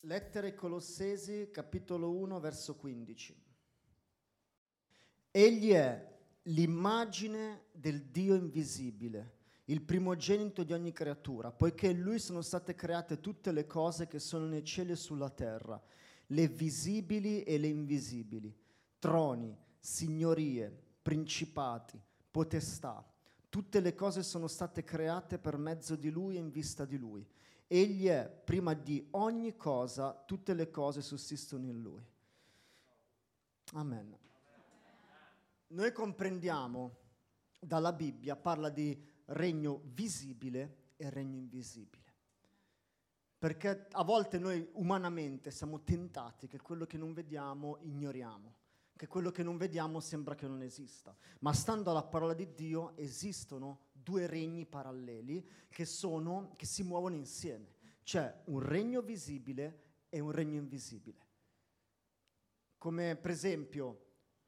Lettere ai Colossesi, capitolo 1, verso 15. Egli è l'immagine del Dio invisibile, il primogenito di ogni creatura, poiché in Lui sono state create tutte le cose che sono nei cieli e sulla terra, le visibili e le invisibili, troni, signorie, principati, potestà. Tutte le cose sono state create per mezzo di Lui e in vista di Lui. Egli è prima di ogni cosa, tutte le cose sussistono in Lui. Amen. Noi comprendiamo dalla Bibbia, parla di regno visibile e regno invisibile. Perché a volte noi umanamente siamo tentati che quello che non vediamo ignoriamo, che quello che non vediamo sembra che non esista. Ma stando alla parola di Dio esistono due regni paralleli che si muovono insieme. C'è un regno visibile e un regno invisibile. Come per esempio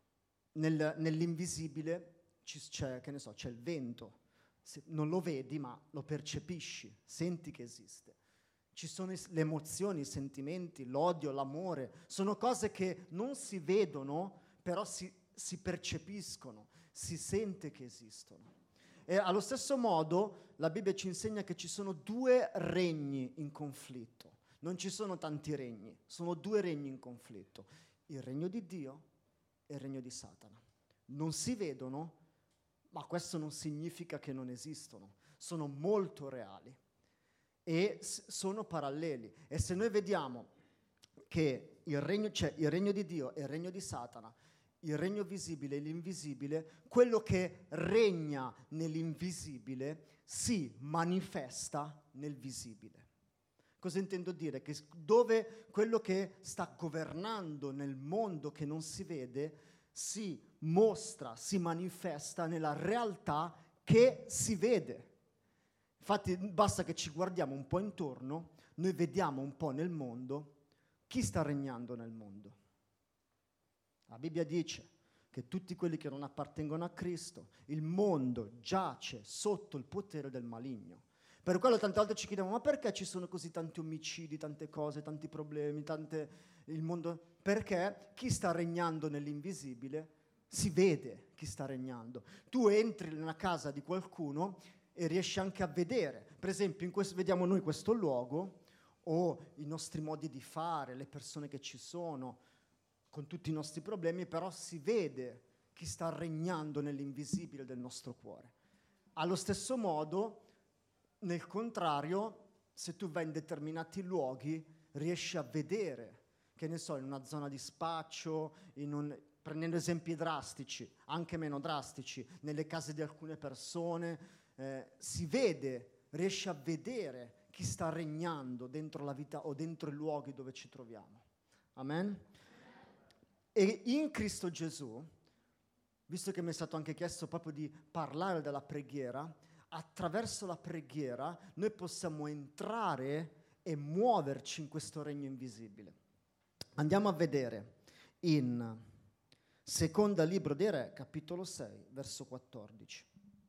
nell'invisibile c'è il vento. Non lo vedi ma lo percepisci, senti che esiste. Ci sono le emozioni, i sentimenti, l'odio, l'amore. Sono cose che non si vedono, però si percepiscono, si sente che esistono. E allo stesso modo la Bibbia ci insegna che ci sono due regni in conflitto. Non ci sono tanti regni, sono due regni in conflitto. Il regno di Dio e il regno di Satana. Non si vedono, ma questo non significa che non esistono. Sono molto reali e sono paralleli. E se noi vediamo che c'è il regno di Dio e il regno di Satana, il regno visibile e l'invisibile, quello che regna nell'invisibile si manifesta nel visibile. Cosa intendo dire? Che dove quello che sta governando nel mondo che non si vede si mostra, si manifesta nella realtà che si vede. Infatti basta che ci guardiamo un po' intorno, noi vediamo un po' nel mondo chi sta regnando nel mondo. La Bibbia dice che tutti quelli che non appartengono a Cristo, il mondo giace sotto il potere del maligno. Per quello tante volte ci chiediamo, ma perché ci sono così tanti omicidi, tante cose, tanti problemi, il mondo? Perché chi sta regnando nell'invisibile si vede chi sta regnando. Tu entri nella casa di qualcuno e riesci anche a vedere. Per esempio, vediamo noi questo luogo, o i nostri modi di fare, le persone che ci sono, con tutti i nostri problemi, però si vede chi sta regnando nell'invisibile del nostro cuore. Allo stesso modo, nel contrario, se tu vai in determinati luoghi, riesci a vedere, che ne so, in una zona di spaccio, prendendo esempi drastici, anche meno drastici, nelle case di alcune persone, si vede, riesci a vedere chi sta regnando dentro la vita o dentro i luoghi dove ci troviamo. Amen? E in Cristo Gesù, visto che mi è stato anche chiesto proprio di parlare della preghiera, attraverso la preghiera noi possiamo entrare e muoverci in questo regno invisibile. Andiamo a vedere in Seconda Libro dei Re, capitolo 6, verso 14.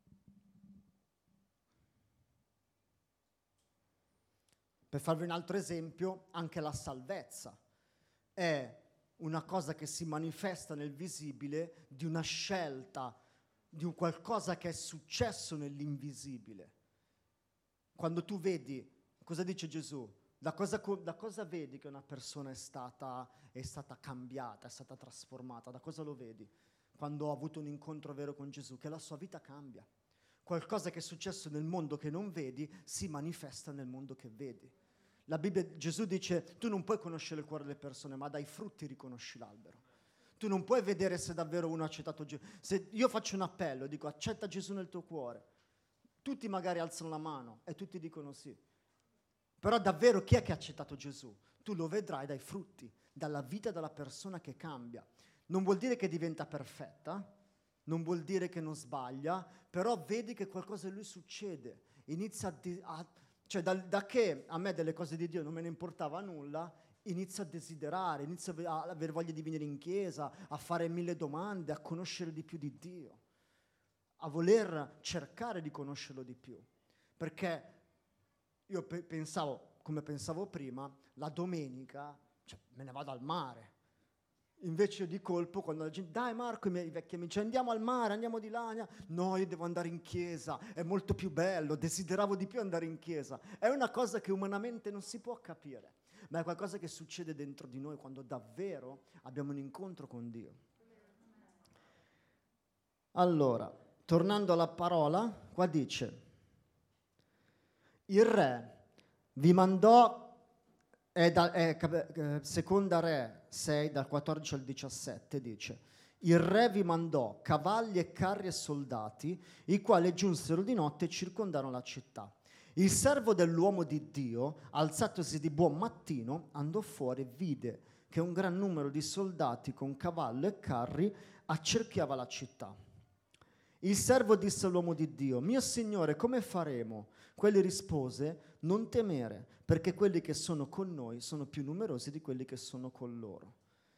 Per farvi un altro esempio, anche la salvezza è una cosa che si manifesta nel visibile di una scelta, di un qualcosa che è successo nell'invisibile. Quando tu vedi, cosa dice Gesù? Da cosa vedi che una persona è stata cambiata, è stata trasformata? Da cosa lo vedi? Quando ha avuto un incontro vero con Gesù, che la sua vita cambia. Qualcosa che è successo nel mondo che non vedi si manifesta nel mondo che vedi. La Bibbia, Gesù dice, tu non puoi conoscere il cuore delle persone, ma dai frutti riconosci l'albero. Tu non puoi vedere se davvero uno ha accettato Gesù. Se io faccio un appello, dico accetta Gesù nel tuo cuore, tutti magari alzano la mano e tutti dicono sì. Però davvero chi è che ha accettato Gesù? Tu lo vedrai dai frutti, dalla vita della persona che cambia. Non vuol dire che diventa perfetta, non vuol dire che non sbaglia, però vedi che qualcosa in lui succede. Inizia cioè da che a me delle cose di Dio non me ne importava nulla, inizio a desiderare, inizio a avere voglia di venire in chiesa, a fare 1000 domande, a conoscere di più di Dio, a voler cercare di conoscerlo di più. Perché io pensavo, come pensavo prima, la domenica, cioè, me ne vado al mare. Invece di colpo, quando la gente, dai Marco, i miei vecchi amici, andiamo al mare, andiamo di là, no, io devo andare in chiesa, è molto più bello, desideravo di più andare in chiesa. È una cosa che umanamente non si può capire, ma è qualcosa che succede dentro di noi quando davvero abbiamo un incontro con Dio. Allora, tornando alla parola, qua dice, il re vi mandò, seconda Re 6, dal 14 al 17, dice, il re vi mandò cavalli e carri e soldati, i quali giunsero di notte e circondarono la città. Il servo dell'uomo di Dio, alzatosi di buon mattino, andò fuori e vide che un gran numero di soldati con cavallo e carri accerchiava la città. Il servo disse all'uomo di Dio, mio signore, come faremo? Quelli rispose, non temere, perché quelli che sono con noi sono più numerosi di quelli che sono con loro.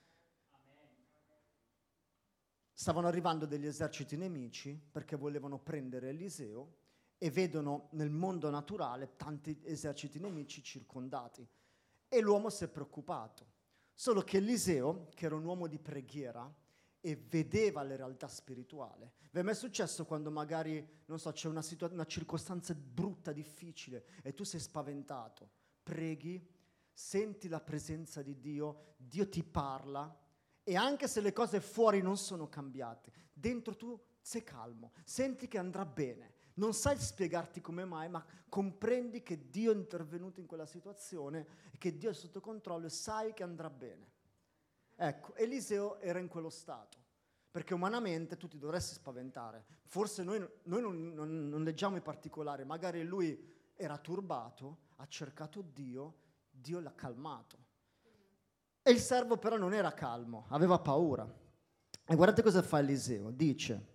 Stavano arrivando degli eserciti nemici perché volevano prendere Eliseo e vedono nel mondo naturale tanti eserciti nemici circondati. E l'uomo si è preoccupato. Solo che Eliseo, che era un uomo di preghiera e vedeva le realtà spirituali, vi è mai successo quando magari, non so, c'è una circostanza brutta, difficile e tu sei spaventato, preghi, senti la presenza di Dio, Dio ti parla e anche se le cose fuori non sono cambiate, dentro tu sei calmo, senti che andrà bene, non sai spiegarti come mai, ma comprendi che Dio è intervenuto in quella situazione e che Dio è sotto controllo e sai che andrà bene. Ecco, Eliseo era in quello stato. Perché umanamente tu ti dovresti spaventare. Forse noi non leggiamo i particolari, magari lui era turbato, ha cercato Dio, Dio l'ha calmato. E il servo però non era calmo, aveva paura. E guardate cosa fa Eliseo, dice,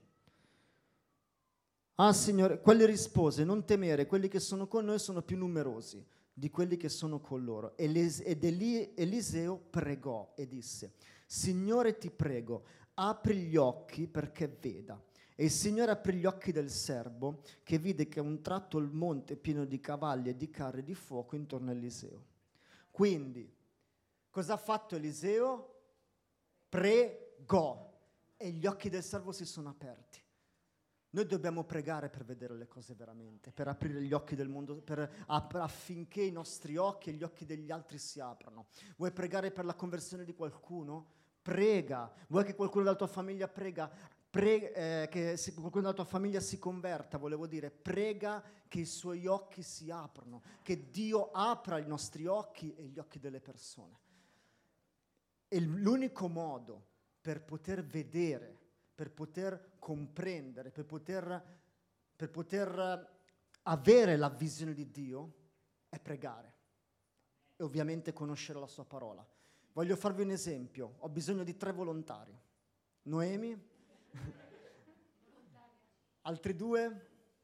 ah Signore, quelli rispose, non temere, quelli che sono con noi sono più numerosi di quelli che sono con loro. Ed Eliseo pregò e disse, Signore ti prego, apri gli occhi perché veda. E il Signore aprì gli occhi del servo, che vide che a un tratto il monte pieno di cavalli e di carri di fuoco intorno a Eliseo. Quindi, cosa ha fatto Eliseo? Pregò. E gli occhi del servo si sono aperti. Noi dobbiamo pregare per vedere le cose veramente, per aprire gli occhi del mondo, affinché i nostri occhi e gli occhi degli altri si aprano. Vuoi pregare per la conversione di qualcuno? Prega. Vuoi che qualcuno della tua famiglia prega? Che qualcuno della tua famiglia si converta, volevo dire, prega che i suoi occhi si aprono, che Dio apra i nostri occhi e gli occhi delle persone. E l'unico modo per poter vedere, per poter comprendere, per poter avere la visione di Dio è pregare e ovviamente conoscere la sua parola. Voglio farvi un esempio, ho bisogno di 3 volontari. Noemi? Altri 2?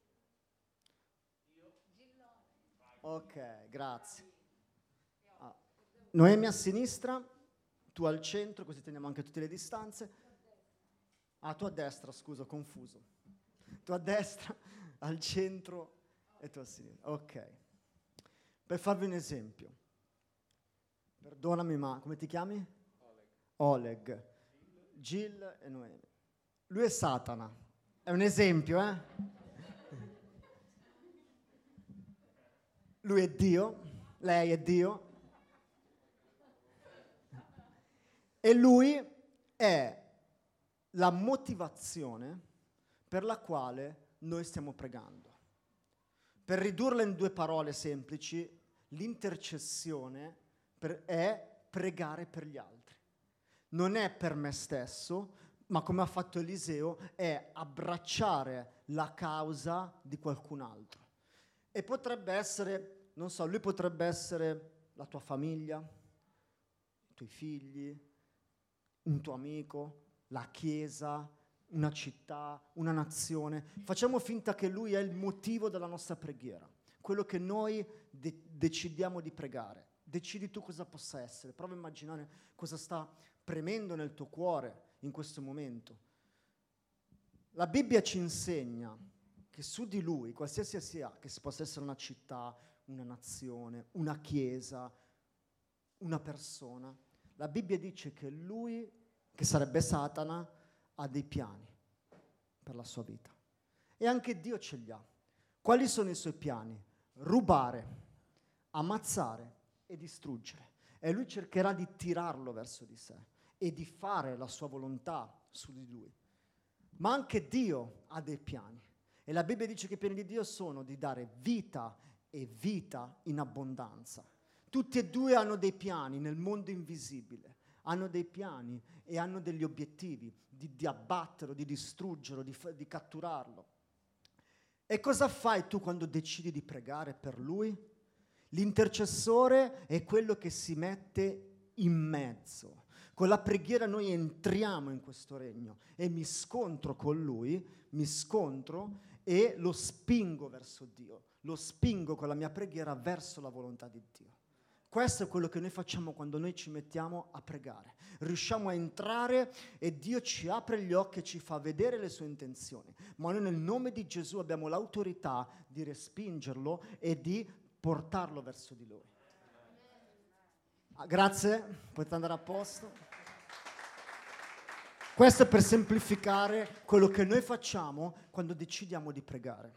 Ok, grazie. Noemi a sinistra, tu al centro, così teniamo anche tutte le distanze. Ah, tu a destra, scusa, ho confuso. Tu a destra, al centro e tu a sinistra. Ok. Per farvi un esempio. Perdonami, ma come ti chiami? Oleg. Jill e Noemi. Lui è Satana. È un esempio, eh? Lui è Dio, lei è Dio. E lui è la motivazione per la quale noi stiamo pregando. Per ridurla in 2 parole semplici, l'intercessione è pregare per gli altri. Non è per me stesso, ma come ha fatto Eliseo, è abbracciare la causa di qualcun altro. E potrebbe essere, non so, lui potrebbe essere la tua famiglia, i tuoi figli, un tuo amico, la chiesa, una città, una nazione. Facciamo finta che lui è il motivo della nostra preghiera, quello che noi decidiamo di pregare. Decidi tu cosa possa essere, prova a immaginare cosa sta premendo nel tuo cuore in questo momento. La Bibbia ci insegna che su di lui, qualsiasi sia, che si possa essere una città, una nazione, una chiesa, una persona, la Bibbia dice che lui, che sarebbe Satana, ha dei piani per la sua vita. E anche Dio ce li ha. Quali sono i suoi piani? Rubare, ammazzare e distruggere. E lui cercherà di tirarlo verso di sé e di fare la sua volontà su di lui. Ma anche Dio ha dei piani. E la Bibbia dice che i piani di Dio sono di dare vita e vita in abbondanza. Tutti e due hanno dei piani nel mondo invisibile, hanno dei piani e hanno degli obiettivi di abbatterlo, di distruggerlo, di catturarlo. E cosa fai tu quando decidi di pregare per lui? L'intercessore è quello che si mette in mezzo. Con la preghiera noi entriamo in questo regno e mi scontro con lui, e lo spingo verso Dio, lo spingo con la mia preghiera verso la volontà di Dio. Questo è quello che noi facciamo quando noi ci mettiamo a pregare. Riusciamo a entrare e Dio ci apre gli occhi e ci fa vedere le sue intenzioni. Ma noi nel nome di Gesù abbiamo l'autorità di respingerlo e di portarlo verso di Lui. Grazie, potete andare a posto. Questo è per semplificare quello che noi facciamo quando decidiamo di pregare.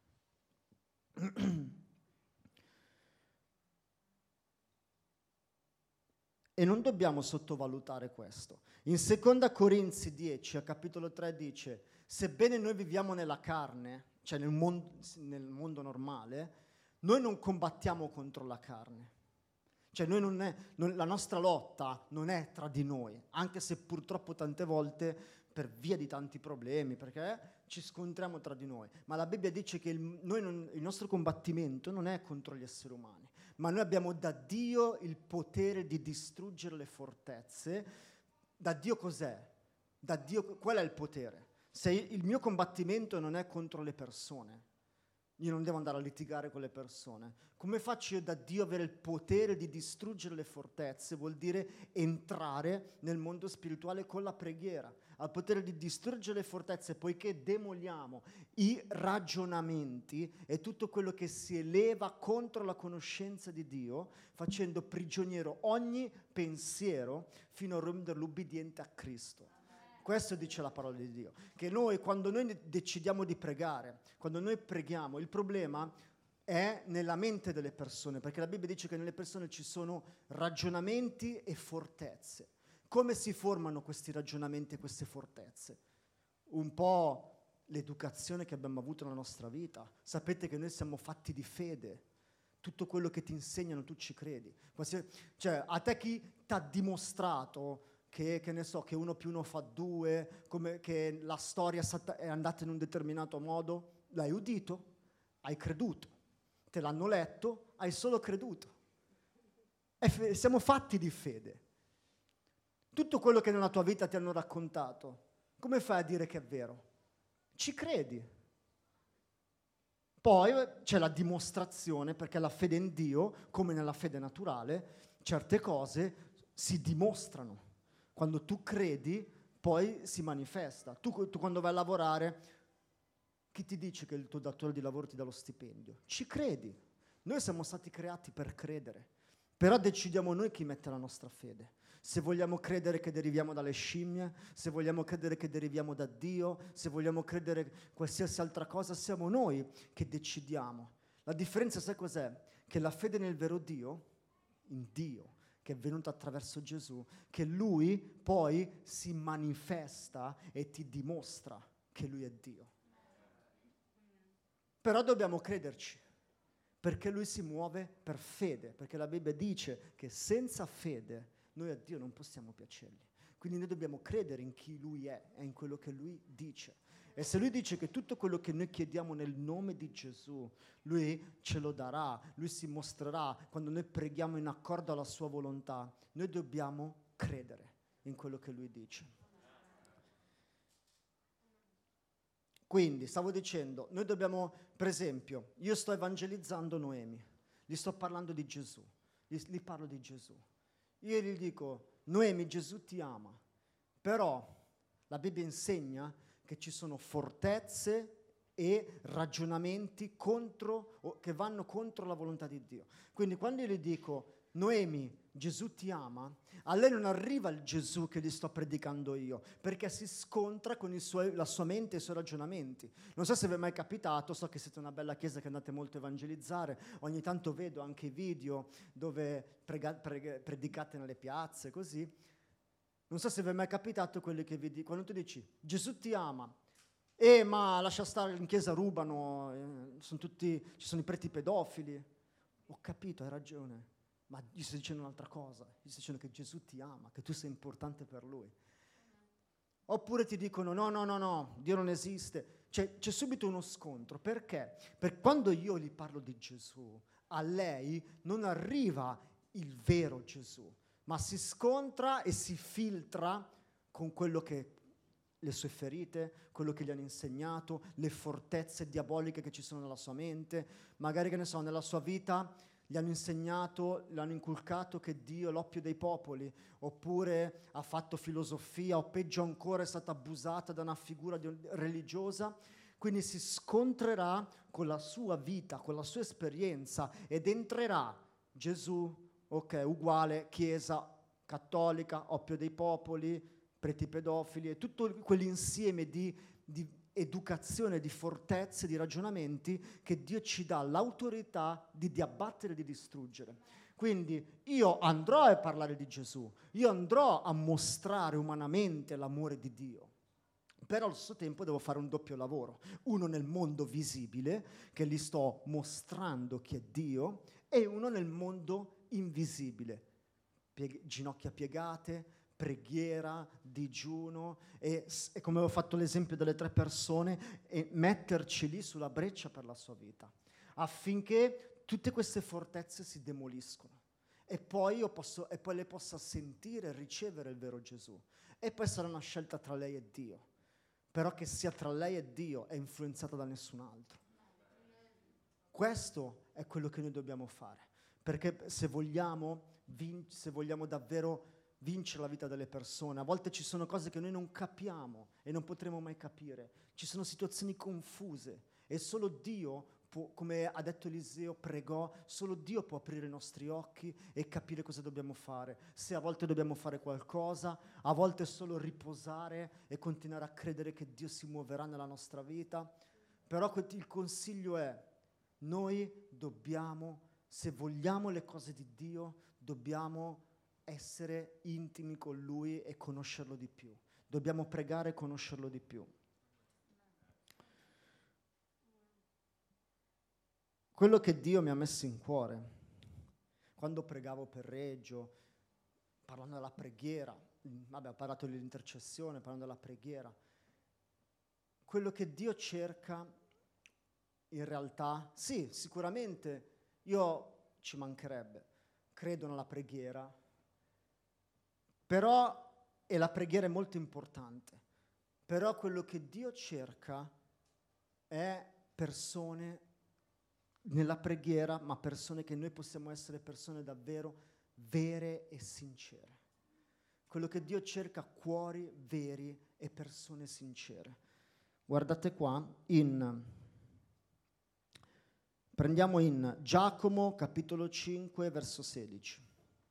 E non dobbiamo sottovalutare questo. In 2 Corinzi 10, a capitolo 3, dice: sebbene noi viviamo nella carne, cioè nel mondo normale, noi non combattiamo contro la carne. Cioè la nostra lotta non è tra di noi, anche se purtroppo tante volte per via di tanti problemi, perché ci scontriamo tra di noi. Ma la Bibbia dice che il nostro combattimento non è contro gli esseri umani, ma noi abbiamo da Dio il potere di distruggere le fortezze. Da Dio cos'è? Da Dio, qual è il potere? Se il mio combattimento non è contro le persone, io non devo andare a litigare con le persone. Come faccio io da Dio avere il potere di distruggere le fortezze? Vuol dire entrare nel mondo spirituale con la preghiera. Al potere di distruggere le fortezze, poiché demoliamo i ragionamenti e tutto quello che si eleva contro la conoscenza di Dio, facendo prigioniero ogni pensiero fino a renderlo ubbidiente a Cristo. Questo dice la parola di Dio, che quando noi decidiamo di pregare, quando noi preghiamo, il problema è nella mente delle persone, perché la Bibbia dice che nelle persone ci sono ragionamenti e fortezze. Come si formano questi ragionamenti e queste fortezze? Un po' l'educazione che abbiamo avuto nella nostra vita. Sapete che noi siamo fatti di fede. Tutto quello che ti insegnano tu ci credi. Cioè, a te chi ti ha dimostrato che ne so, che 1 più 1 fa 2, che la storia è andata in un determinato modo? L'hai udito? Hai creduto. Te l'hanno letto? Hai solo creduto. Siamo fatti di fede. Tutto quello che nella tua vita ti hanno raccontato, come fai a dire che è vero? Ci credi. Poi c'è la dimostrazione, perché la fede in Dio, come nella fede naturale, certe cose si dimostrano. Quando tu credi, poi si manifesta. Tu quando vai a lavorare, chi ti dice che il tuo datore di lavoro ti dà lo stipendio? Ci credi. Noi siamo stati creati per credere, però decidiamo noi chi mette la nostra fede. Se vogliamo credere che deriviamo dalle scimmie, se vogliamo credere che deriviamo da Dio, se vogliamo credere qualsiasi altra cosa, siamo noi che decidiamo. La differenza, sai cos'è? Che la fede nel vero Dio, in Dio, che è venuto attraverso Gesù, che Lui poi si manifesta e ti dimostra che Lui è Dio. Però dobbiamo crederci, perché Lui si muove per fede, perché la Bibbia dice che senza fede noi a Dio non possiamo piacergli. Quindi noi dobbiamo credere in chi Lui è e in quello che Lui dice. E se Lui dice che tutto quello che noi chiediamo nel nome di Gesù, Lui ce lo darà, Lui si mostrerà quando noi preghiamo in accordo alla Sua volontà. Noi dobbiamo credere in quello che Lui dice. Quindi, stavo dicendo, noi dobbiamo, per esempio, io sto evangelizzando Noemi, gli sto parlando di Gesù, gli parlo di Gesù. Io gli dico: Noemi, Gesù ti ama, però la Bibbia insegna che ci sono fortezze e ragionamenti che vanno contro la volontà di Dio. Quindi quando io gli dico: Noemi, Gesù ti ama, a lei non arriva il Gesù che gli sto predicando io, perché si scontra con la sua mente e i suoi ragionamenti. Non so se vi è mai capitato, so che siete una bella chiesa che andate molto a evangelizzare, ogni tanto vedo anche i video dove predicate nelle piazze, così. Non so se vi è mai capitato quelli che quando tu dici Gesù ti ama, ma lascia stare, in chiesa rubano, ci sono i preti pedofili. Ho capito, hai ragione. Ma gli sto dicendo un'altra cosa, gli sto dicendo che Gesù ti ama, che tu sei importante per Lui. Oppure ti dicono no, Dio non esiste. C'è subito uno scontro. Perché? Perché quando io gli parlo di Gesù, a lei non arriva il vero Gesù, ma si scontra e si filtra con quello che le sue ferite, quello che gli hanno insegnato, le fortezze diaboliche che ci sono nella sua mente, magari, che ne so, nella sua vita gli hanno insegnato, gli hanno inculcato che Dio è l'oppio dei popoli, oppure ha fatto filosofia, o peggio ancora è stata abusata da una figura religiosa, quindi si scontrerà con la sua vita, con la sua esperienza, ed entrerà Gesù, ok, uguale, Chiesa cattolica, oppio dei popoli, preti pedofili, e tutto quell'insieme di educazione, di fortezze, di ragionamenti che Dio ci dà l'autorità di abbattere e di distruggere. Quindi io andrò a parlare di Gesù, io andrò a mostrare umanamente l'amore di Dio, però allo stesso tempo devo fare un doppio lavoro, uno nel mondo visibile, che gli sto mostrando chi è Dio, e uno nel mondo invisibile, ginocchia piegate, preghiera, digiuno, e come ho fatto l'esempio delle 3 persone, e metterci lì sulla breccia per la sua vita, affinché tutte queste fortezze si demoliscono e poi lei possa sentire e ricevere il vero Gesù. E poi sarà una scelta tra lei e Dio, però che sia tra lei e Dio, è influenzata da nessun altro. Questo è quello che noi dobbiamo fare, perché se vogliamo davvero vincere la vita delle persone, a volte ci sono cose che noi non capiamo e non potremo mai capire, ci sono situazioni confuse e solo Dio può, come ha detto Eliseo, pregò, solo Dio può aprire i nostri occhi e capire cosa dobbiamo fare, se a volte dobbiamo fare qualcosa, a volte solo riposare e continuare a credere che Dio si muoverà nella nostra vita. Però il consiglio è: noi dobbiamo, se vogliamo le cose di Dio, dobbiamo essere intimi con Lui e conoscerlo di più. Dobbiamo pregare e conoscerlo di più. Quello che Dio mi ha messo in cuore, quando pregavo per Reggio, parlando della preghiera, ho parlato dell'intercessione, parlando della preghiera, quello che Dio cerca in realtà, sì, sicuramente ci mancherebbe, credo nella preghiera, però, e la preghiera è molto importante, però quello che Dio cerca è persone nella preghiera, ma persone che noi possiamo essere persone davvero vere e sincere. Quello che Dio cerca, cuori veri e persone sincere. Guardate qua, prendiamo in Giacomo capitolo 5 verso 16.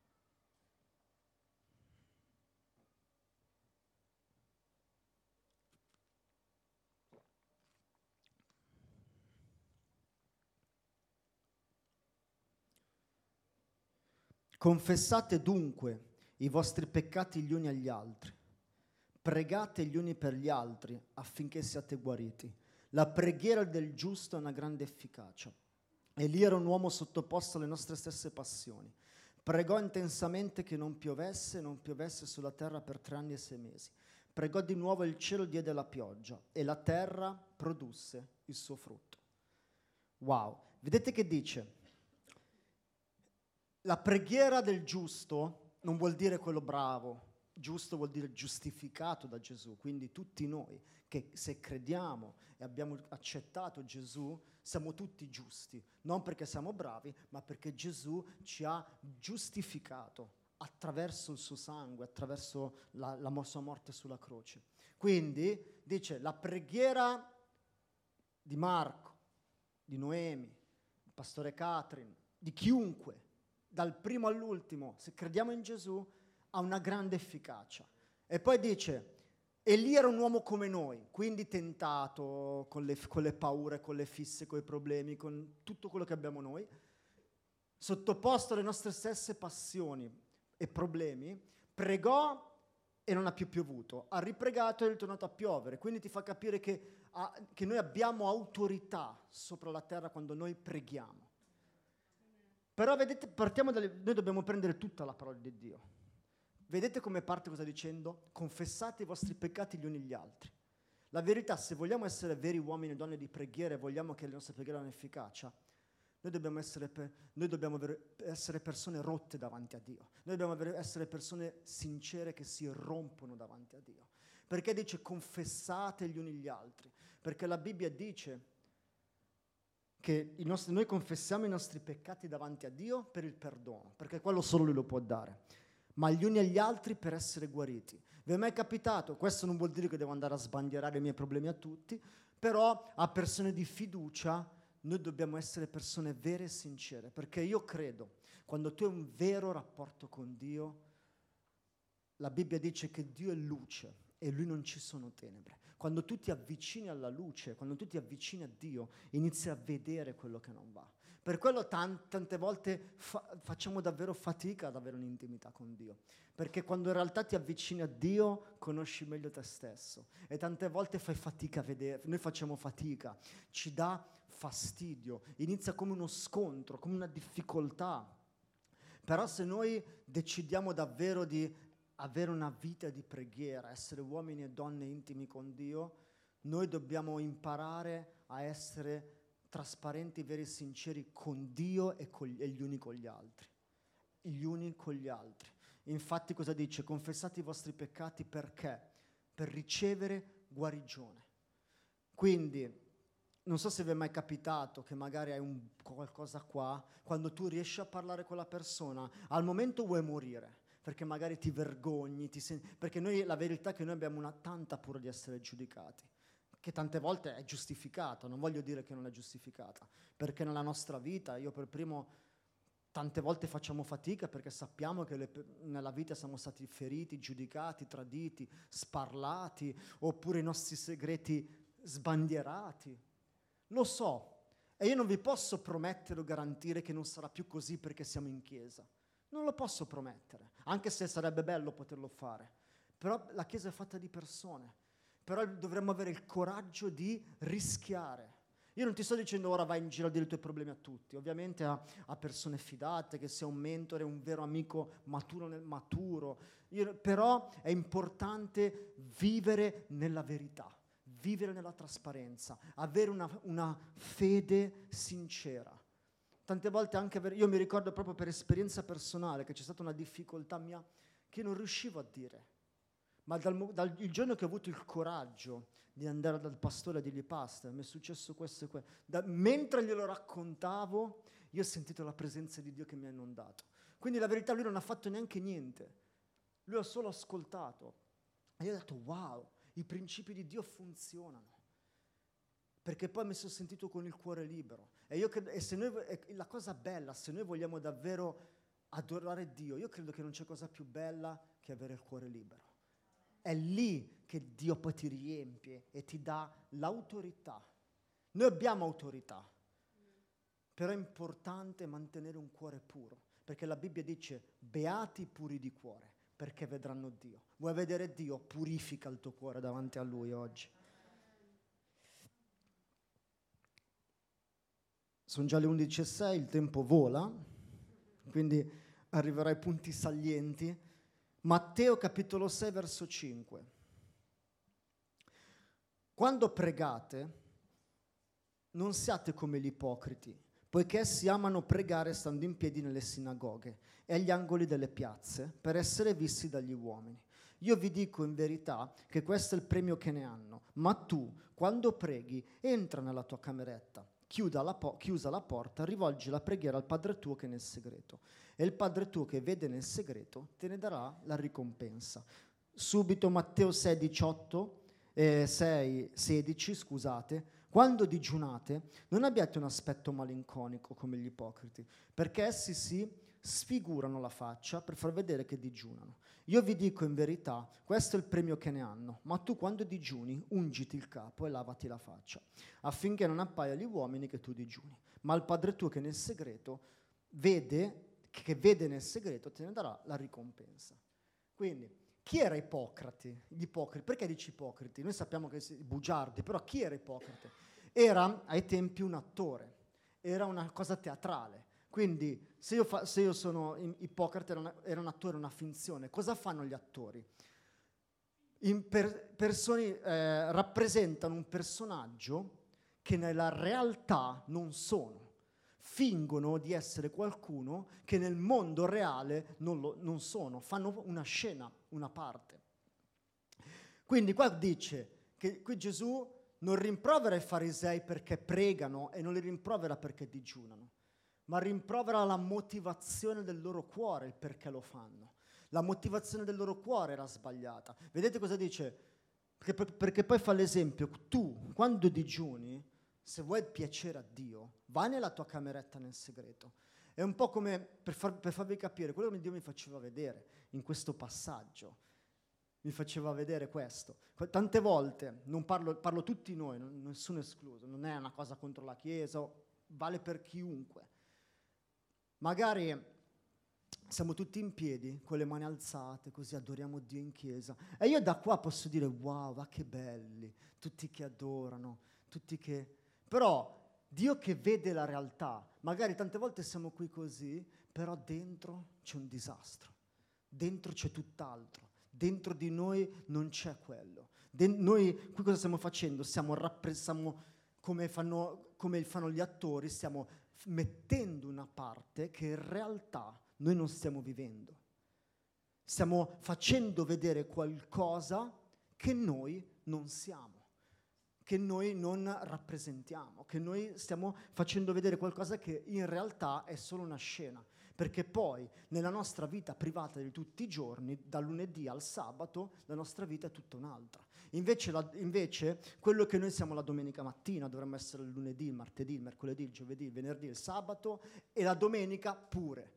Confessate dunque i vostri peccati gli uni agli altri, pregate gli uni per gli altri affinché siate guariti. La preghiera del giusto ha una grande efficacia. Elì era un uomo sottoposto alle nostre stesse passioni. Pregò intensamente che non piovesse sulla terra per 3 anni e 6 mesi. Pregò di nuovo e il cielo diede la pioggia e la terra produsse il suo frutto. Wow, vedete che dice? La preghiera del giusto non vuol dire quello bravo, giusto vuol dire giustificato da Gesù, quindi tutti noi che se crediamo e abbiamo accettato Gesù siamo tutti giusti, non perché siamo bravi, ma perché Gesù ci ha giustificato attraverso il suo sangue, attraverso la sua morte sulla croce. Quindi dice la preghiera di Marco, di Noemi, il pastore Catherine, di chiunque, dal primo all'ultimo, se crediamo in Gesù, ha una grande efficacia. E poi dice, Elì era un uomo come noi, quindi tentato con le paure, con le fisse, con i problemi, con tutto quello che abbiamo noi, sottoposto alle nostre stesse passioni e problemi, pregò e non ha più piovuto, ha ripregato e è ritornato a piovere. Quindi ti fa capire che noi abbiamo autorità sopra la terra quando noi preghiamo. Però vedete, noi dobbiamo prendere tutta la parola di Dio. Vedete come parte cosa dicendo? Confessate i vostri peccati gli uni gli altri. La verità, se vogliamo essere veri uomini e donne di preghiera e vogliamo che le nostre preghiere abbiano efficacia, noi dobbiamo essere persone rotte davanti a Dio. Noi dobbiamo essere persone sincere che si rompono davanti a Dio. Perché dice confessate gli uni gli altri? Perché la Bibbia dice che noi confessiamo i nostri peccati davanti a Dio per il perdono, perché quello solo Lui lo può dare, ma gli uni agli altri per essere guariti. Vi è mai capitato? Questo non vuol dire che devo andare a sbandierare i miei problemi a tutti, però a persone di fiducia noi dobbiamo essere persone vere e sincere, perché io credo, quando tu hai un vero rapporto con Dio, la Bibbia dice che Dio è luce e Lui non ci sono tenebre. Quando tu ti avvicini alla luce, quando tu ti avvicini a Dio, inizi a vedere quello che non va. Per quello tante volte facciamo davvero fatica ad avere un'intimità con Dio, perché quando in realtà ti avvicini a Dio conosci meglio te stesso e tante volte fai fatica a vedere, noi facciamo fatica, ci dà fastidio, inizia come uno scontro, come una difficoltà. Però se noi decidiamo davvero di avere una vita di preghiera, essere uomini e donne intimi con Dio, noi dobbiamo imparare a essere trasparenti, veri e sinceri con Dio e gli uni con gli altri. Gli uni con gli altri. Infatti cosa dice? Confessate i vostri peccati perché? Per ricevere guarigione. Quindi, non so se vi è mai capitato che magari hai qualcosa qua, quando tu riesci a parlare con la persona, al momento vuoi morire, perché magari ti vergogni, perché la verità è che noi abbiamo tanta paura di essere giudicati, che tante volte è giustificata, non voglio dire che non è giustificata, perché nella nostra vita, io per primo, tante volte facciamo fatica perché sappiamo che nella vita siamo stati feriti, giudicati, traditi, sparlati, oppure i nostri segreti sbandierati. Lo so, e io non vi posso promettere o garantire che non sarà più così perché siamo in chiesa. Non lo posso promettere, anche se sarebbe bello poterlo fare. Però la chiesa è fatta di persone. Però dovremmo avere il coraggio di rischiare. Io non ti sto dicendo ora vai in giro a dire i tuoi problemi a tutti, ovviamente a persone fidate, che sia un mentore, un vero amico maturo. Però è importante vivere nella verità, vivere nella trasparenza, avere una fede sincera. Tante volte anche, io mi ricordo proprio per esperienza personale che c'è stata una difficoltà mia che non riuscivo a dire. Ma il giorno che ho avuto il coraggio di andare dal pastore a dirgli pastor, mi è successo questo e questo, mentre glielo raccontavo, io ho sentito la presenza di Dio che mi ha inondato. Quindi la verità, lui non ha fatto neanche niente, lui ha solo ascoltato. E io ho detto, wow, i principi di Dio funzionano. Perché poi mi sono sentito con il cuore libero. La cosa bella, se noi vogliamo davvero adorare Dio, io credo che non c'è cosa più bella che avere il cuore libero. È lì che Dio poi ti riempie e ti dà l'autorità. Noi abbiamo autorità, però è importante mantenere un cuore puro, perché la Bibbia dice beati i puri di cuore, perché vedranno Dio. Vuoi vedere Dio? Purifica il tuo cuore davanti a Lui oggi. Sono già le 11:06, il tempo vola, quindi arriverò ai punti salienti. Matteo capitolo 6 verso 5. Quando pregate, non siate come gli ipocriti, poiché essi amano pregare stando in piedi nelle sinagoghe e agli angoli delle piazze per essere visti dagli uomini. Io vi dico in verità che questo è il premio che ne hanno, ma tu, quando preghi, entra nella tua cameretta, chiusa la porta, rivolgi la preghiera al Padre tuo che è nel segreto. E il Padre tuo che vede nel segreto te ne darà la ricompensa. Subito Matteo 6:16, scusate, quando digiunate non abbiate un aspetto malinconico come gli ipocriti, perché essi si sfigurano la faccia per far vedere che digiunano. Io vi dico in verità, questo è il premio che ne hanno, ma tu quando digiuni ungiti il capo e lavati la faccia, affinché non appaia agli uomini che tu digiuni. Ma il Padre tuo che nel segreto che vede nel segreto te ne darà la ricompensa. Quindi, chi era Ippocrate? Gli ipocriti. Perché dici ipocriti? Noi sappiamo che bugiardi, però chi era Ippocrate? Era ai tempi un attore, era una cosa teatrale. Quindi se io sono Ippocrate, era un attore, una finzione. Cosa fanno gli attori? Rappresentano un personaggio che nella realtà non sono. Fingono di essere qualcuno che nel mondo reale non sono. Fanno una scena, una parte. Quindi qua dice che qui Gesù non rimprovera i farisei perché pregano e non li rimprovera perché digiunano, ma rimprovera la motivazione del loro cuore, il perché lo fanno. La motivazione del loro cuore era sbagliata. Vedete cosa dice? Perché poi fa l'esempio, tu quando digiuni, se vuoi piacere a Dio, vai nella tua cameretta nel segreto. È un po' come, per farvi capire, quello che Dio mi faceva vedere in questo passaggio. Mi faceva vedere questo. Tante volte, non parlo tutti noi, nessuno escluso, non è una cosa contro la Chiesa, vale per chiunque. Magari siamo tutti in piedi, con le mani alzate, così adoriamo Dio in chiesa. E io da qua posso dire, wow, va che belli, tutti che adorano, tutti che... Però Dio che vede la realtà, magari tante volte siamo qui così, però dentro c'è un disastro, dentro c'è tutt'altro. Dentro di noi non c'è quello. Noi qui cosa stiamo facendo? Stiamo come fanno gli attori, stiamo mettendo una parte che in realtà noi non stiamo vivendo. Stiamo facendo vedere qualcosa che noi non siamo, che noi non rappresentiamo, che noi stiamo facendo vedere qualcosa che in realtà è solo una scena. Perché poi nella nostra vita privata di tutti i giorni, dal lunedì al sabato, la nostra vita è tutta un'altra. Invece quello che noi siamo la domenica mattina dovremmo essere il lunedì, il martedì, il mercoledì, il giovedì, il venerdì, il sabato e la domenica pure.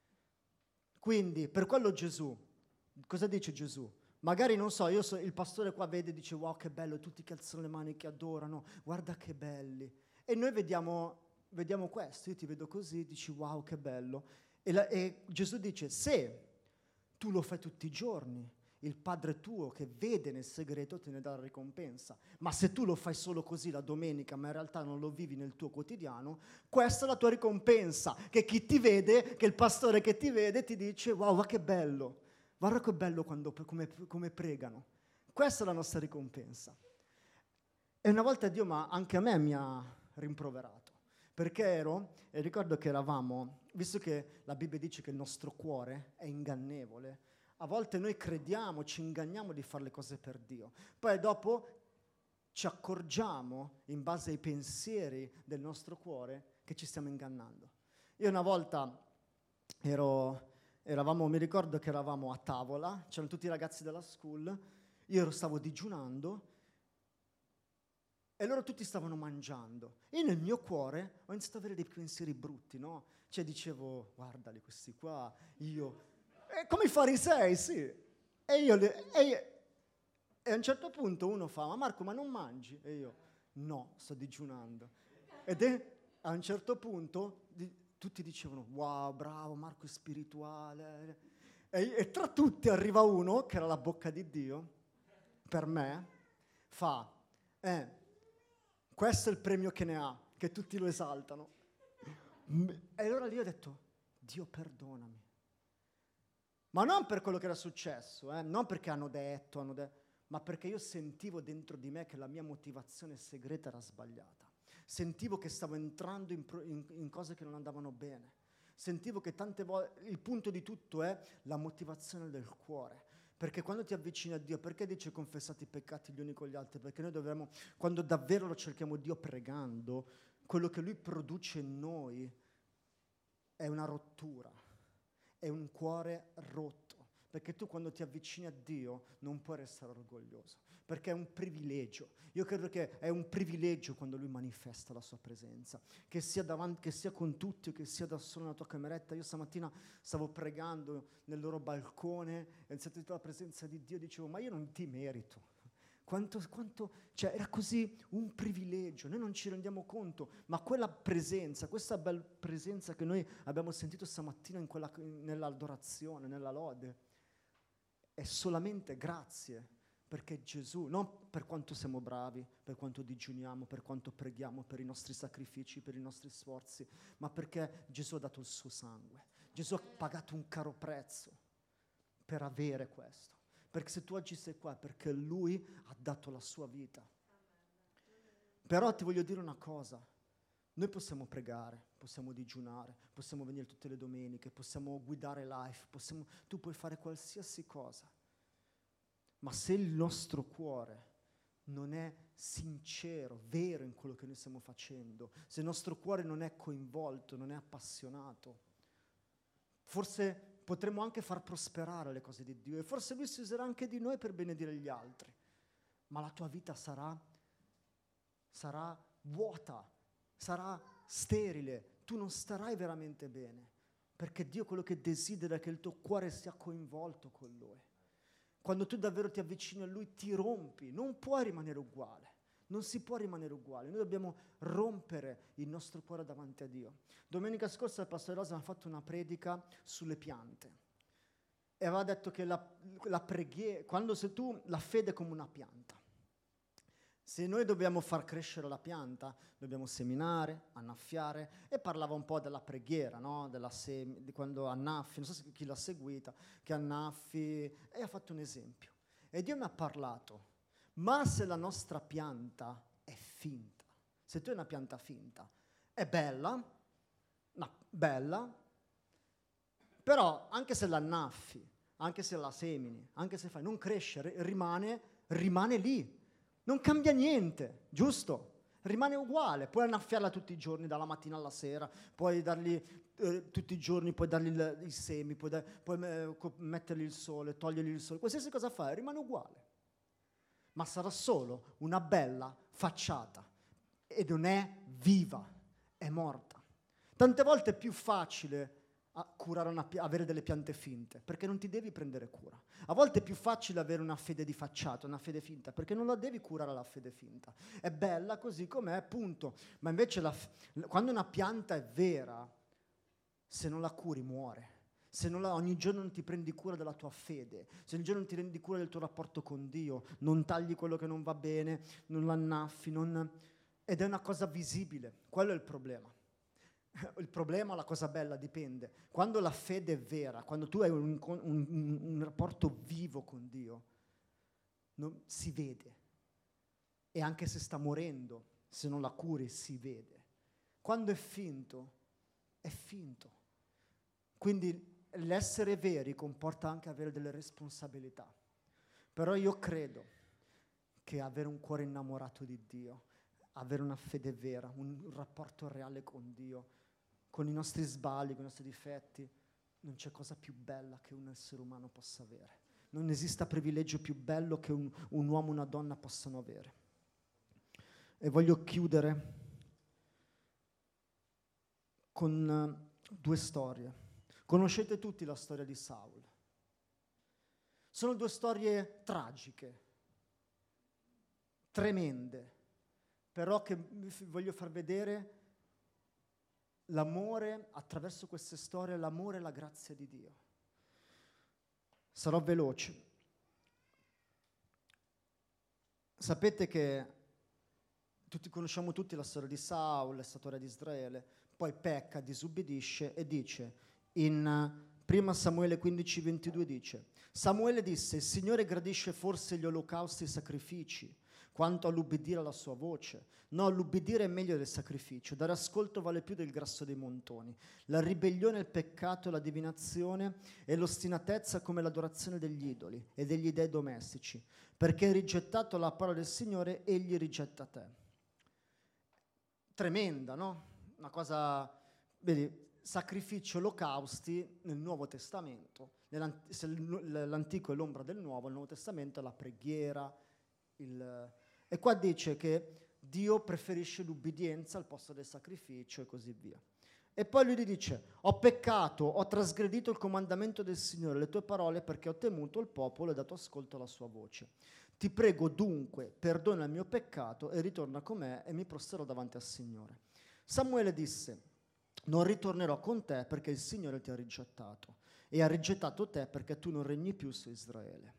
Quindi per quello Gesù, cosa dice Gesù? Magari non so, il pastore qua vede e dice wow che bello, tutti che alzano le mani che adorano, guarda che belli. E noi vediamo questo, io ti vedo così, dici wow che bello. E Gesù dice, se tu lo fai tutti i giorni, il Padre tuo che vede nel segreto te ne dà la ricompensa. Ma se tu lo fai solo così la domenica, ma in realtà non lo vivi nel tuo quotidiano, questa è la tua ricompensa, che chi ti vede, che il pastore che ti vede ti dice, wow, ma che bello, guarda che bello come pregano. Questa è la nostra ricompensa. E una volta Dio, ma anche a me mi ha rimproverato. Perché e ricordo che eravamo, visto che la Bibbia dice che il nostro cuore è ingannevole, a volte noi crediamo, ci inganniamo di fare le cose per Dio. Poi dopo ci accorgiamo, in base ai pensieri del nostro cuore, che ci stiamo ingannando. Io una volta mi ricordo che eravamo a tavola, c'erano tutti i ragazzi della school, io stavo digiunando, e loro tutti stavano mangiando. E nel mio cuore ho iniziato ad avere dei pensieri brutti, no? Cioè dicevo, guardali questi qua, come i farisei, sì. E a un certo punto uno fa, ma Marco, ma non mangi? E io, no, sto digiunando. A un certo punto tutti dicevano, wow, bravo, Marco è spirituale. E tra tutti arriva uno, che era la bocca di Dio, per me, fa, questo è il premio che ne ha, che tutti lo esaltano. E allora lì ho detto, Dio perdonami. Ma non per quello che era successo, non perché hanno detto, ma perché io sentivo dentro di me che la mia motivazione segreta era sbagliata. Sentivo che stavo entrando in cose che non andavano bene. Sentivo che tante volte, il punto di tutto è la motivazione del cuore. Perché quando ti avvicini a Dio, perché dice confessate i peccati gli uni con gli altri? Perché noi dovremmo, quando davvero lo cerchiamo Dio pregando, quello che Lui produce in noi è una rottura, è un cuore rotto. perché tu quando ti avvicini a Dio non puoi restare orgoglioso, perché è un privilegio. Io credo che è un privilegio quando Lui manifesta la sua presenza, che sia davanti, che sia con tutti o che sia da solo nella tua cameretta. Io stamattina stavo pregando nel loro balcone e ho sentito la presenza di Dio, dicevo, ma io non ti merito. Cioè era così un privilegio, noi non ci rendiamo conto, ma quella presenza, questa bella presenza che noi abbiamo sentito stamattina nell'adorazione, nella lode, è solamente grazie, perché Gesù, non per quanto siamo bravi, per quanto digiuniamo, per quanto preghiamo, per i nostri sacrifici, per i nostri sforzi, ma perché Gesù ha dato il suo sangue, Gesù ha pagato un caro prezzo per avere questo. Perché se tu oggi sei qua è perché Lui ha dato la sua vita. Però ti voglio dire una cosa, noi possiamo pregare, possiamo digiunare, possiamo venire tutte le domeniche, possiamo guidare life, tu puoi fare qualsiasi cosa, ma se il nostro cuore non è sincero, vero in quello che noi stiamo facendo, se il nostro cuore non è coinvolto, non è appassionato, forse potremmo anche far prosperare le cose di Dio e forse Lui si userà anche di noi per benedire gli altri, ma la tua vita sarà vuota, sarà sterile, tu non starai veramente bene, perché Dio quello che desidera è che il tuo cuore sia coinvolto con Lui. Quando tu davvero ti avvicini a Lui ti rompi, non puoi rimanere uguale. Non si può rimanere uguali, noi dobbiamo rompere il nostro cuore davanti a Dio. Domenica scorsa il pastore Rosa mi ha fatto una predica sulle piante e aveva detto che la preghiera, la fede è come una pianta. Se noi dobbiamo far crescere la pianta, dobbiamo seminare, annaffiare, e parlava un po' della preghiera, no? Di quando annaffi, non so se chi l'ha seguita, che annaffi, e ha fatto un esempio. E Dio mi ha parlato. Ma se la nostra pianta è finta, se tu hai una pianta finta, è bella, però anche se la annaffi, anche se la semini, anche se non cresce, rimane lì, non cambia niente, giusto? Rimane uguale, puoi annaffiarla tutti i giorni, dalla mattina alla sera, puoi dargli tutti i giorni, puoi dargli i semi, puoi mettergli il sole, togliergli il sole, qualsiasi cosa fai, rimane uguale. Ma sarà solo una bella facciata e non è viva, è morta. Tante volte è più facile avere delle piante finte, perché non ti devi prendere cura. A volte è più facile avere una fede di facciata, una fede finta, perché non la devi curare la fede finta. È bella così com'è, punto. Ma invece quando una pianta è vera, se non la curi muore. Se ogni giorno non ti prendi cura della tua fede, se ogni giorno non ti rendi cura del tuo rapporto con Dio, non tagli quello che non va bene, non l'annaffi, ed è una cosa visibile, quello è il problema. Il problema, la cosa bella, dipende. Quando la fede è vera, quando tu hai un rapporto vivo con Dio, si vede. E anche se sta morendo, se non la curi, si vede. Quando è finto, è finto. Quindi l'essere veri comporta anche avere delle responsabilità. Però io credo che avere un cuore innamorato di Dio, avere una fede vera, un rapporto reale con Dio, con i nostri sbagli, con i nostri difetti, non c'è cosa più bella che un essere umano possa avere. Non esiste privilegio più bello che un uomo e una donna possano avere. E voglio chiudere con 2 storie. Conoscete tutti la storia di Saul. Sono 2 storie tragiche, tremende, però che voglio far vedere l'amore, attraverso queste storie, l'amore e la grazia di Dio. Sarò veloce. Sapete che conosciamo tutti la storia di Saul, la storia di Israele, poi pecca, disubbidisce e dice, in 1 Samuele 15:22 dice, Samuele disse, il Signore gradisce forse gli olocausti e i sacrifici, quanto all'ubbidire alla sua voce. No, l'ubbidire è meglio del sacrificio, dare ascolto vale più del grasso dei montoni. La ribellione, il peccato, la divinazione e l'ostinatezza come l'adorazione degli idoli e degli dei domestici. Perché hai rigettato la parola del Signore, egli rigetta te. Tremenda, no? Una cosa, vedi, sacrifici, olocausti nel Nuovo Testamento. Se l'Antico è l'ombra del Nuovo, il Nuovo Testamento è la preghiera. E qua dice che Dio preferisce l'ubbidienza al posto del sacrificio e così via. E poi lui gli dice: ho peccato, ho trasgredito il comandamento del Signore, le tue parole, perché ho temuto il popolo e dato ascolto alla sua voce. Ti prego dunque, perdona il mio peccato e ritorna con me e mi prosterò davanti al Signore. Samuele disse: non ritornerò con te perché il Signore ti ha rigettato e ha rigettato te perché tu non regni più su Israele.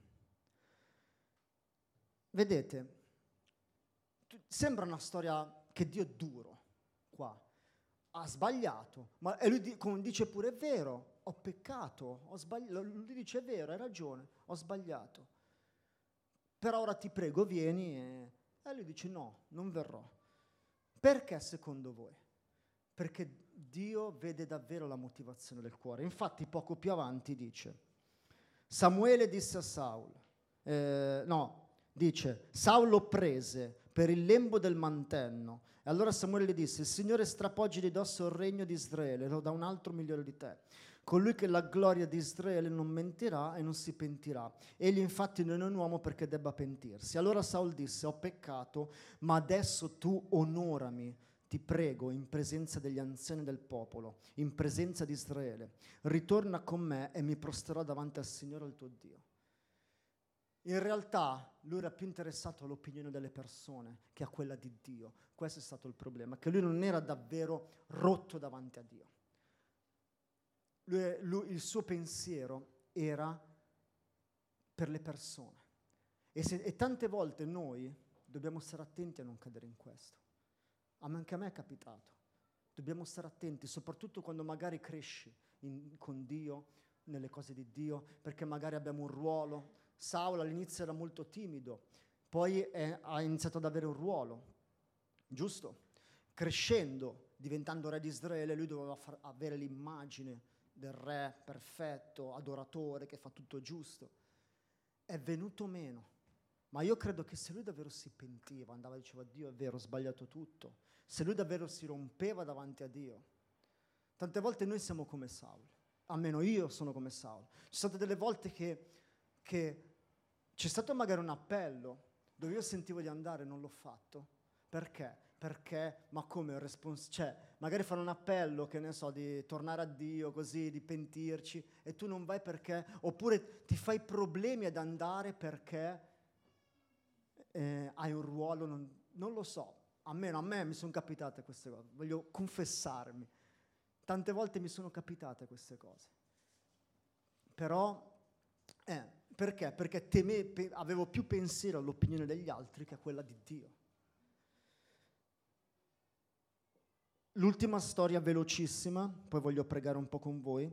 Vedete, sembra una storia che Dio è duro qua. Ha sbagliato, e lui dice pure: è vero, ho peccato, ho sbagliato. Lui dice: è vero, hai ragione, ho sbagliato. Però ora ti prego, vieni. E lui dice: no, non verrò. Perché secondo voi? Perché Dio vede davvero la motivazione del cuore. Infatti poco più avanti dice: Samuele disse a Saul, dice: Saul lo prese per il lembo del mantenno. E allora Samuele gli disse: il Signore strappoggi di dosso il regno di Israele, lo dà un altro migliore di te. Colui che la gloria di Israele non mentirà e non si pentirà. Egli infatti non è un uomo perché debba pentirsi. Allora Saul disse: ho peccato, ma adesso tu onorami, ti prego, in presenza degli anziani del popolo, in presenza di Israele. Ritorna con me e mi prosterò davanti al Signore il tuo Dio. In realtà lui era più interessato all'opinione delle persone che a quella di Dio. Questo è stato il problema, che lui non era davvero rotto davanti a Dio. Il suo pensiero era per le persone. E tante volte noi dobbiamo stare attenti a non cadere in questo. Anche a me è capitato. Dobbiamo stare attenti, soprattutto quando magari cresci con Dio, nelle cose di Dio, perché magari abbiamo un ruolo. Saul all'inizio era molto timido, poi ha iniziato ad avere un ruolo, giusto? Crescendo, diventando re di Israele, lui doveva avere l'immagine del re perfetto, adoratore, che fa tutto giusto. È venuto meno. Ma io credo che se lui davvero si pentiva, andava e diceva: Dio, è vero, ho sbagliato tutto, se lui davvero si rompeva davanti a Dio. Tante volte noi siamo come Saul, almeno io sono come Saul. Ci sono state delle volte che c'è stato magari un appello dove io sentivo di andare e non l'ho fatto. Perché? Perché, ma come magari fare un appello, che ne so, di tornare a Dio, così, di pentirci, e tu non vai perché, oppure ti fai problemi ad andare perché hai un ruolo, non lo so. Almeno a me mi sono capitate queste cose, voglio confessarmi. Tante volte mi sono capitate queste cose. Però, perché? Perché avevo più pensiero all'opinione degli altri che a quella di Dio. L'ultima storia velocissima, poi voglio pregare un po' con voi.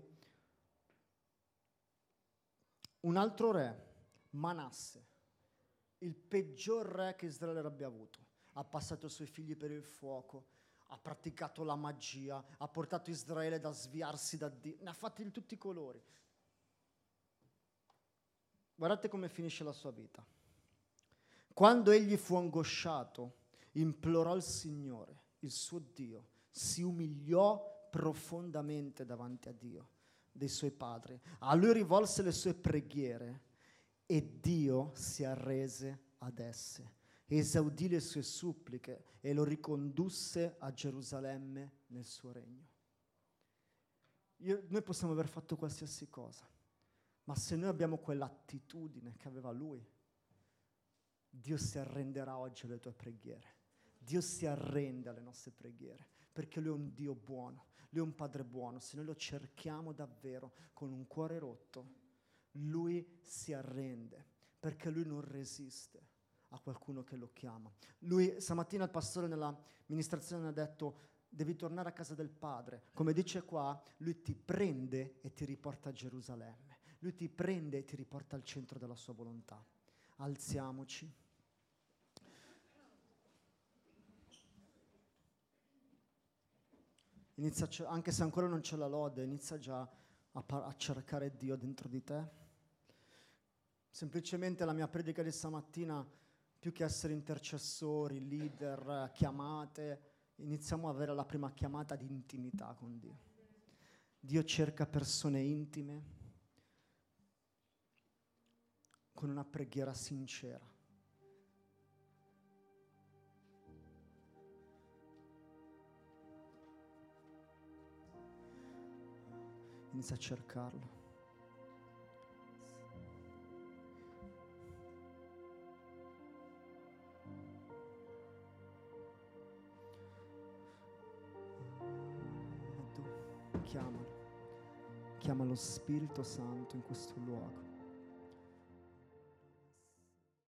Un altro re, Manasse, il peggior re che Israele abbia avuto. Ha passato i suoi figli per il fuoco, ha praticato la magia, ha portato Israele da sviarsi da Dio, ne ha fatti di tutti i colori. Guardate come finisce la sua vita. Quando egli fu angosciato, implorò il Signore, il suo Dio, si umiliò profondamente davanti a Dio dei suoi padri. A lui rivolse le sue preghiere e Dio si arrese ad esse, esaudì le sue suppliche e lo ricondusse a Gerusalemme nel suo regno. Noi possiamo aver fatto qualsiasi cosa, ma se noi abbiamo quell'attitudine che aveva lui, Dio si arrenderà oggi alle tue preghiere. Dio si arrende alle nostre preghiere, perché lui è un Dio buono, lui è un Padre buono. Se noi lo cerchiamo davvero con un cuore rotto, lui si arrende, perché lui non resiste a qualcuno che lo chiama. Lui, stamattina il pastore nella ministrazione ha detto: devi tornare a casa del Padre. Come dice qua, lui ti prende e ti riporta a Gerusalemme. Lui ti prende e ti riporta al centro della sua volontà. Alziamoci. Anche se ancora non c'è la lode, inizia già a cercare Dio dentro di te. Semplicemente la mia predica di stamattina, più che essere intercessori, leader, chiamate, iniziamo ad avere la prima chiamata di intimità con Dio. Dio cerca persone intime, con una preghiera sincera. Inizia a cercarlo. Chiamalo. Chiama lo Spirito Santo in questo luogo.